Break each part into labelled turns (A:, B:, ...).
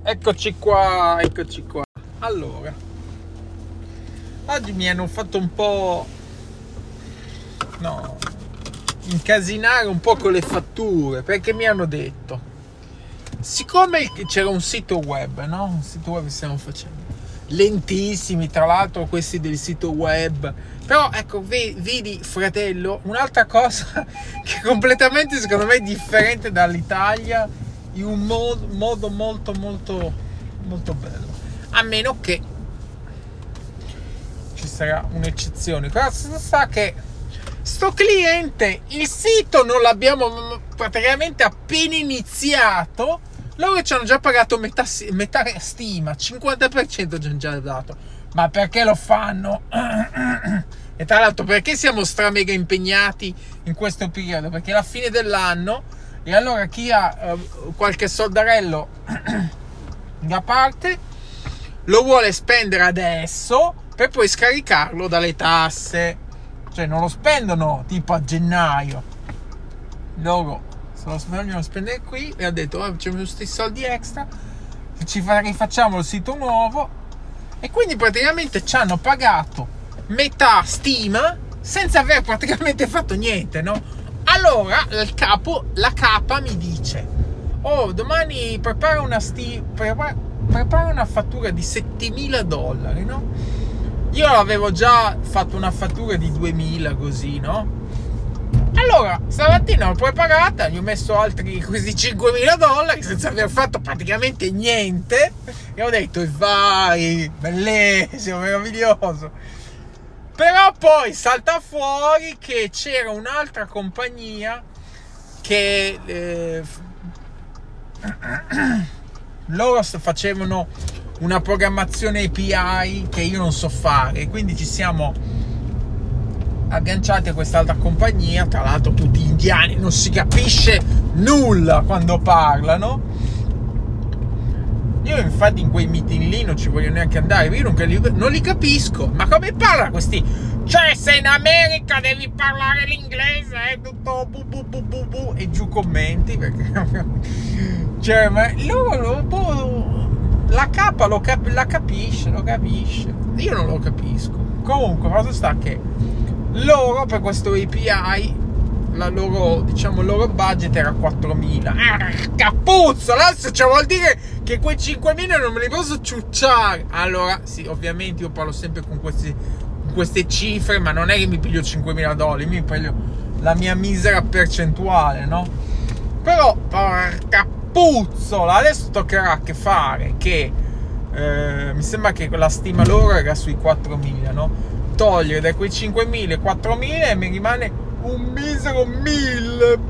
A: Eccoci qua. Allora, oggi mi hanno fatto un po' incasinare un po' con le fatture, perché mi hanno detto, siccome c'era un sito web, no? Un sito web che stiamo facendo, lentissimi tra l'altro questi del sito web, però ecco, vedi fratello, un'altra cosa che completamente secondo me è differente dall'Italia, in un modo molto bello, a meno che ci sarà un'eccezione. Cosa sta che sto cliente, il sito non l'abbiamo praticamente appena iniziato, loro ci hanno già pagato metà stima, 50% ci hanno già dato. Ma perché lo fanno? E tra l'altro perché siamo mega impegnati in questo periodo? Perché è la fine dell'anno e allora chi ha qualche soldarello da parte lo vuole spendere adesso per poi scaricarlo dalle tasse. Cioè non lo spendono tipo a gennaio, loro se lo vogliono spendere qui, e ha detto facciamo questi soldi extra, ci rifacciamo il sito nuovo, e quindi praticamente ci hanno pagato metà stima senza aver praticamente fatto niente, no? Allora la capa mi dice: oh, domani prepara una fattura di $7.000, no? Io avevo già fatto una fattura di 2.000 così, no? Allora, stamattina l'ho preparata, gli ho messo altri questi $5.000 senza aver fatto praticamente niente, e ho detto vai, bellissimo, meraviglioso. Però poi salta fuori che c'era un'altra compagnia che loro facevano una programmazione API che io non so fare, quindi ci siamo agganciati a quest'altra compagnia, tra l'altro tutti indiani, non si capisce nulla quando parlano. Io infatti in quei meeting lì non ci voglio neanche andare, io non li capisco, ma come parla questi? Cioè, se in America devi parlare l'inglese è tutto bu e giù commenti, perché cioè, ma loro la capa la capisce, io non lo capisco. Comunque cosa sta che loro per questo API il loro budget era 4.000. Capuzzo, adesso cioè vuol dire che quei 5.000 non me li posso ciucciare. Allora sì, ovviamente io parlo sempre con queste cifre, ma non è che mi piglio $5.000, mi piglio la mia misera percentuale, no? Però porca puzzola, adesso toccherà che fare che mi sembra che la stima loro era sui 4.000, no? Togliere da quei 5.000 4.000 e mi rimane un misero 1.000.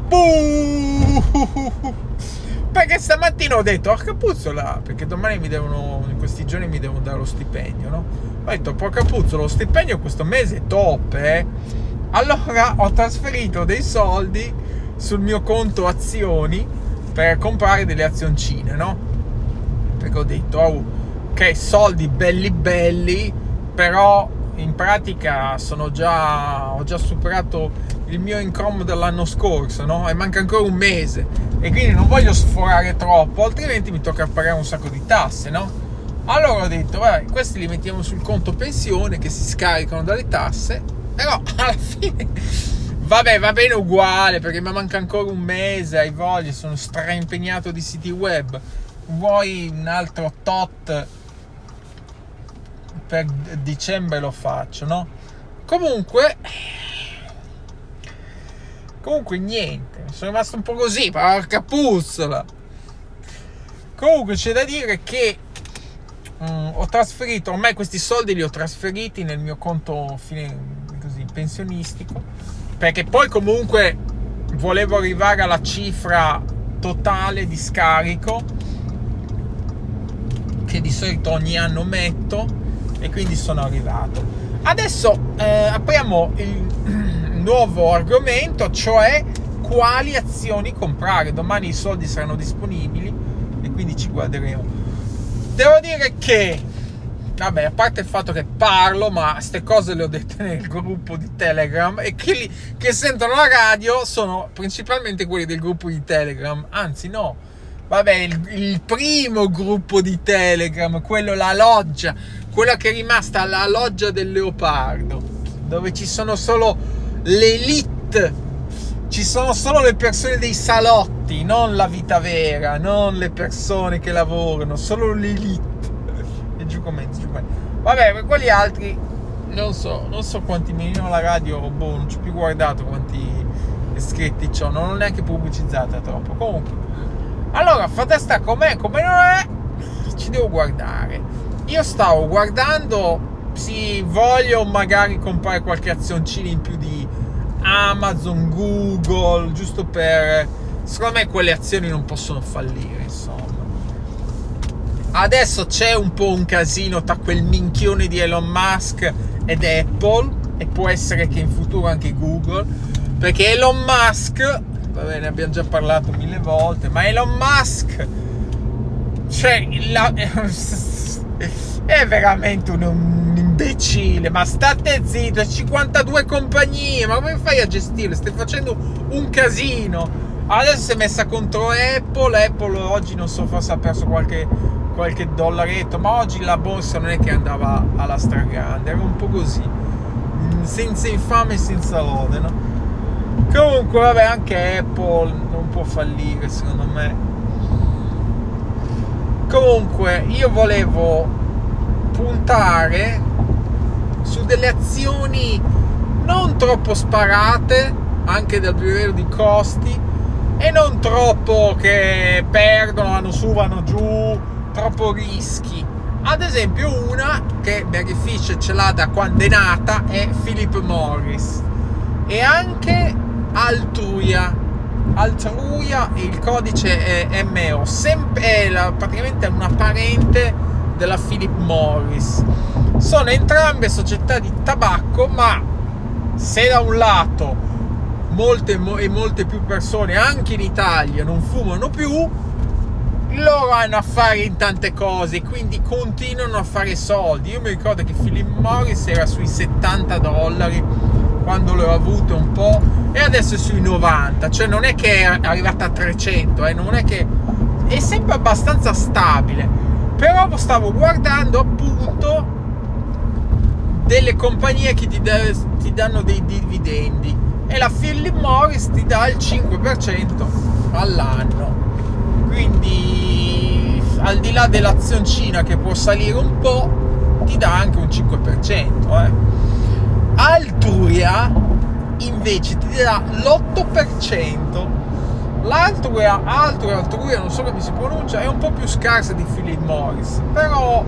A: Perché stamattina ho detto porca puzzola, perché domani in questi giorni mi devono dare lo stipendio, no? Ho detto porca puzzola, lo stipendio questo mese è top, Allora ho trasferito dei soldi sul mio conto azioni per comprare delle azioncine, no? Perché ho detto ok, soldi belli, però in pratica ho già superato il mio income dell'anno scorso, no? E manca ancora un mese, e quindi non voglio sforare troppo, altrimenti mi tocca pagare un sacco di tasse, no? Allora ho detto vabbè, questi li mettiamo sul conto pensione che si scaricano dalle tasse, però alla fine vabbè, va bene uguale, perché mi manca ancora un mese, hai voglia, sono straimpegnato di siti web, vuoi un altro tot per dicembre lo faccio, no? Comunque niente, sono rimasto un po' così, porca puzzola. Comunque c'è da dire che ho trasferito, ormai questi soldi li ho trasferiti nel mio conto pensionistico, perché poi comunque volevo arrivare alla cifra totale di scarico che di solito ogni anno metto, e quindi sono arrivato. Adesso apriamo il nuovo argomento, cioè quali azioni comprare. Domani i soldi saranno disponibili e quindi ci guarderemo. Devo dire che vabbè, a parte il fatto che parlo, ma queste cose le ho dette nel gruppo di Telegram, e che sentono la radio sono principalmente quelli del gruppo di Telegram. Anzi no, vabbè, il primo gruppo di Telegram, quello, la loggia, quella che è rimasta la loggia del leopardo, dove ci sono solo l'elite, ci sono solo le persone dei salotti, non la vita vera, non le persone che lavorano, solo l'elite. E giù commenti, giù commenti. Vabbè, per quelli altri non so quanti milioni la radio, boh, non ci ho più guardato quanti iscritti c'ho, non l'ho neanche pubblicizzata troppo. Comunque, allora, fate sta com'è, come non è, ci devo guardare. Io stavo guardando, sì, voglio magari comprare qualche azioncina in più di Amazon, Google, giusto per, secondo me quelle azioni non possono fallire, insomma. Adesso c'è un po' un casino tra quel minchione di Elon Musk ed Apple, e può essere che in futuro anche Google, perché Elon Musk, vabbè, ne abbiamo già parlato 1000 volte, ma Elon Musk, cioè, è veramente un imbecille. Ma state zitto, 52 compagnie, ma come fai a gestirle? Stai facendo un casino. Adesso si è messa contro Apple oggi non so, forse ha perso qualche dollaretto, ma oggi la borsa non è che andava alla stragrande, era un po' così, senza infame e senza lode, no? Comunque, vabbè, anche Apple non può fallire, secondo me. Comunque, io volevo puntare su delle azioni non troppo sparate, anche dal livello di costi, e non troppo che perdono, vanno su, vanno giù, troppo rischi. Ad esempio, una che Barry Fisher ce l'ha da quando è nata è Philip Morris, e anche Altruia, il codice è MO, praticamente è una parente della Philip Morris. Sono entrambe società di tabacco, ma se da un lato molte più persone anche in Italia non fumano più, loro hanno affari in tante cose, quindi continuano a fare soldi. Io mi ricordo che Philip Morris era sui $70 quando l'ho avuto un po', e adesso è sui 90, cioè non è che è arrivata a 300, non è che è sempre abbastanza stabile. Però stavo guardando appunto delle compagnie che ti danno dei dividendi, e la Philip Morris ti dà il 5% all'anno, quindi al di là dell'azioncina che può salire un po', ti dà anche un 5%. Altruia invece ti dà l'8%. L'Altruia, non so come si pronuncia, è un po' più scarsa di Philip Morris, però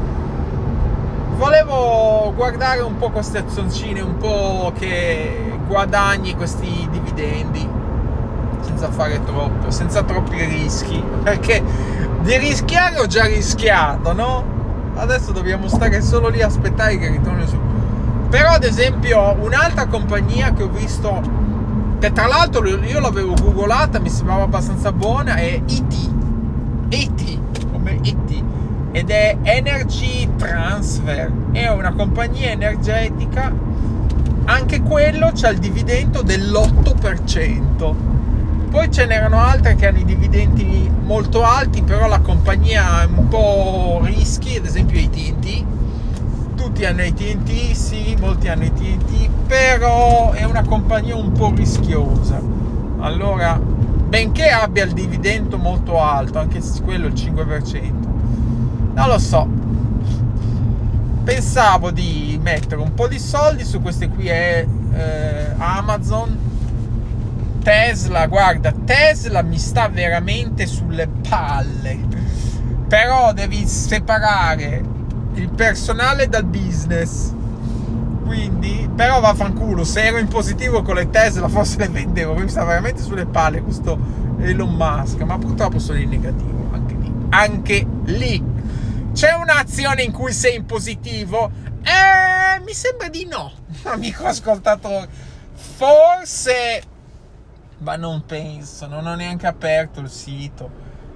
A: volevo guardare un po' queste azioncine, un po' che guadagni questi dividendi senza fare troppo, senza troppi rischi, perché di rischiare ho già rischiato, no? Adesso dobbiamo stare solo lì a aspettare che ritorni su. Però ad esempio un'altra compagnia che ho visto, che tra l'altro io l'avevo googolata, mi sembrava abbastanza buona, è ET, come ET, ed è Energy Transfer, è una compagnia energetica, anche quello c'ha il dividendo dell'8%. Poi ce n'erano altre che hanno i dividendi molto alti, però la compagnia è un po' rischi, ad esempio AT&T. Tutti hanno AT&T, sì, molti hanno AT&T, però è una compagnia un po' rischiosa. Allora, benché abbia il dividendo molto alto, anche se quello è il 5%, non lo so. Pensavo di mettere un po' di soldi su queste qui, Amazon, Tesla. Guarda, Tesla mi sta veramente sulle palle, però devi separare il personale dal business, quindi, però vaffanculo, se ero in positivo con le Tesla forse le vendevo, mi sta veramente sulle palle questo Elon Musk, ma purtroppo sono in negativo anche lì. C'è un'azione in cui sei in positivo? Mi sembra di no, amico ascoltatore, forse, ma non penso, non ho neanche aperto il sito.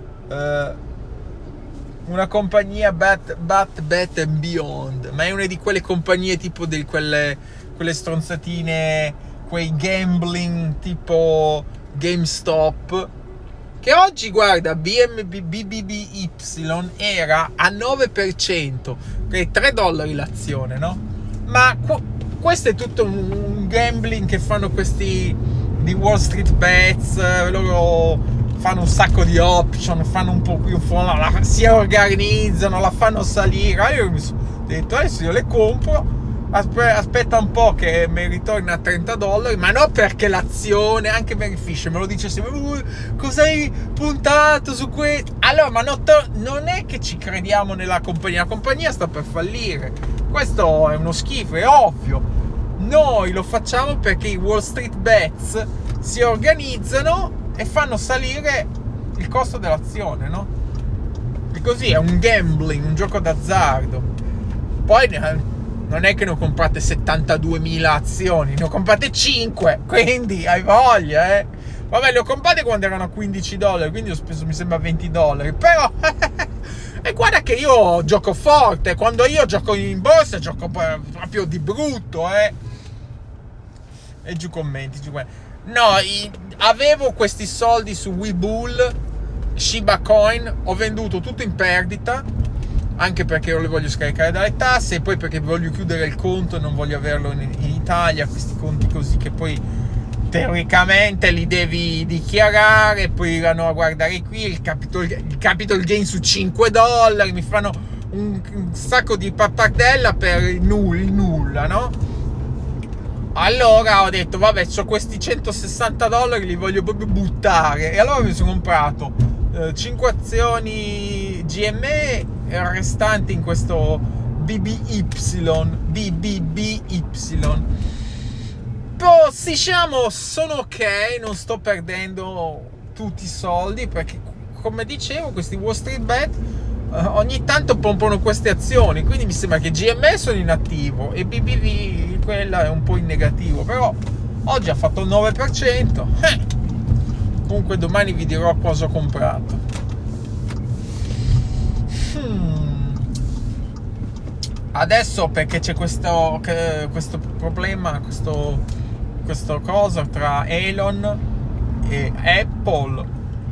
A: Una compagnia Bat and Beyond, ma è una di quelle compagnie tipo di quelle stronzatine, quei gambling tipo GameStop, che oggi, guarda, BBBY era a 9%, che è $3 l'azione, no? Ma questo è tutto un gambling che fanno questi di Wall Street Bets. Loro fanno un sacco di option, fanno un po' qui, un po' là, si organizzano, la fanno salire. Io mi sono detto, adesso io le compro, aspetta un po' che mi ritorna a $30, ma non perché l'azione, anche Mary Fisher me lo dice sempre, cosa hai puntato su questo? Allora, ma non è che ci crediamo nella compagnia, la compagnia sta per fallire, questo è uno schifo, è ovvio. Noi lo facciamo perché i Wall Street Bets si organizzano e fanno salire il costo dell'azione, no? E così è un gambling, un gioco d'azzardo. Poi non è che ne comprate 72.000 azioni, ne comprate 5, quindi hai voglia, eh. Vabbè, le ho comprate quando erano a $15, quindi ho speso, mi sembra, $20, però e guarda che io gioco forte, quando io gioco in borsa gioco proprio di brutto, e giù commenti. No, avevo questi soldi su Webull, Shiba Coin, ho venduto tutto in perdita, anche perché io le voglio scaricare dalle tasse, e poi perché voglio chiudere il conto e non voglio averlo in Italia, questi conti così che poi teoricamente li devi dichiarare, poi vanno a guardare qui il capital gain su $5, mi fanno un sacco di pappardella per il nulla, no? Allora ho detto, vabbè, c'ho questi $160, li voglio proprio buttare, e allora mi sono comprato 5 azioni GME restanti in questo BBBY. Però diciamo sono ok, non sto perdendo tutti i soldi, perché come dicevo questi Wall Street Bet ogni tanto pompano queste azioni, quindi mi sembra che GME sono in attivo e BBV quella è un po' in negativo, però oggi ha fatto il 9%. Comunque domani vi dirò cosa ho comprato. Adesso, perché c'è questo problema, questo cosa tra Elon e Apple,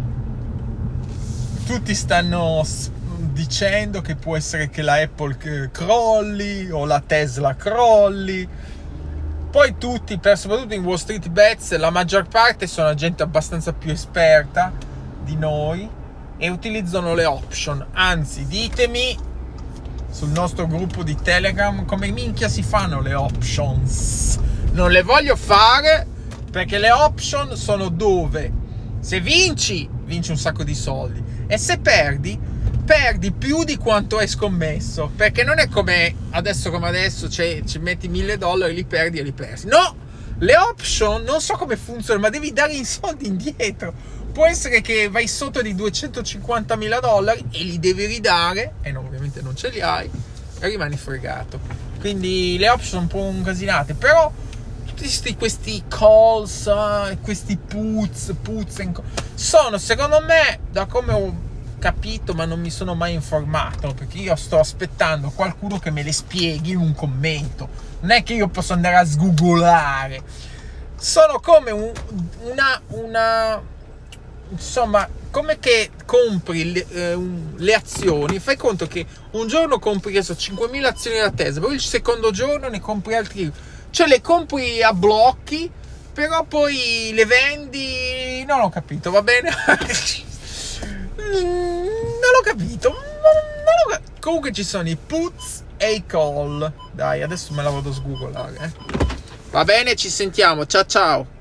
A: tutti stanno dicendo che può essere che la Apple crolli o la Tesla crolli. Poi tutti, soprattutto in Wall Street Bets, la maggior parte sono gente abbastanza più esperta di noi e utilizzano le option. Anzi, ditemi sul nostro gruppo di Telegram come minchia si fanno le options. Non le voglio fare, perché le option sono dove se vinci un sacco di soldi, e se perdi più di quanto hai scommesso, perché non è come adesso, cioè ci metti $1.000, li perdi e li persi. No, le option non so come funzionano, ma devi dare i soldi indietro. Può essere che vai sotto di $250.000 e li devi ridare, e no, ovviamente non ce li hai, e rimani fregato. Quindi le option sono un po' incasinate, però tutti questi calls, questi puts sono, secondo me, da come ho capito, ma non mi sono mai informato, perché io sto aspettando qualcuno che me le spieghi in un commento, non è che io posso andare a sgoogolare. Sono come una insomma, come che compri le azioni, fai conto che un giorno compri 5.000 azioni da Tesla, poi il secondo giorno ne compri altri, cioè le compri a blocchi, però poi le vendi. Non ho capito, va bene? Non l'ho capito. Comunque ci sono i puts e i call. Dai, adesso me la vado a sgoogolare. Va bene, ci sentiamo. Ciao ciao.